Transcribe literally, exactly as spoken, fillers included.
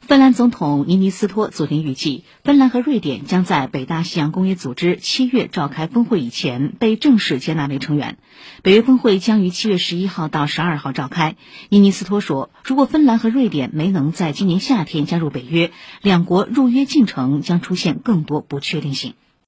芬兰总统尼尼斯托昨天预计，芬兰和瑞典将在北大西洋公约组织七月召开峰会以前被正式接纳为成员。北约峰会将于七月十一号到十二号召开。尼尼斯托说，如果芬兰和瑞典没能在今年夏天加入北约，两国入约进程将出现更多不确定性。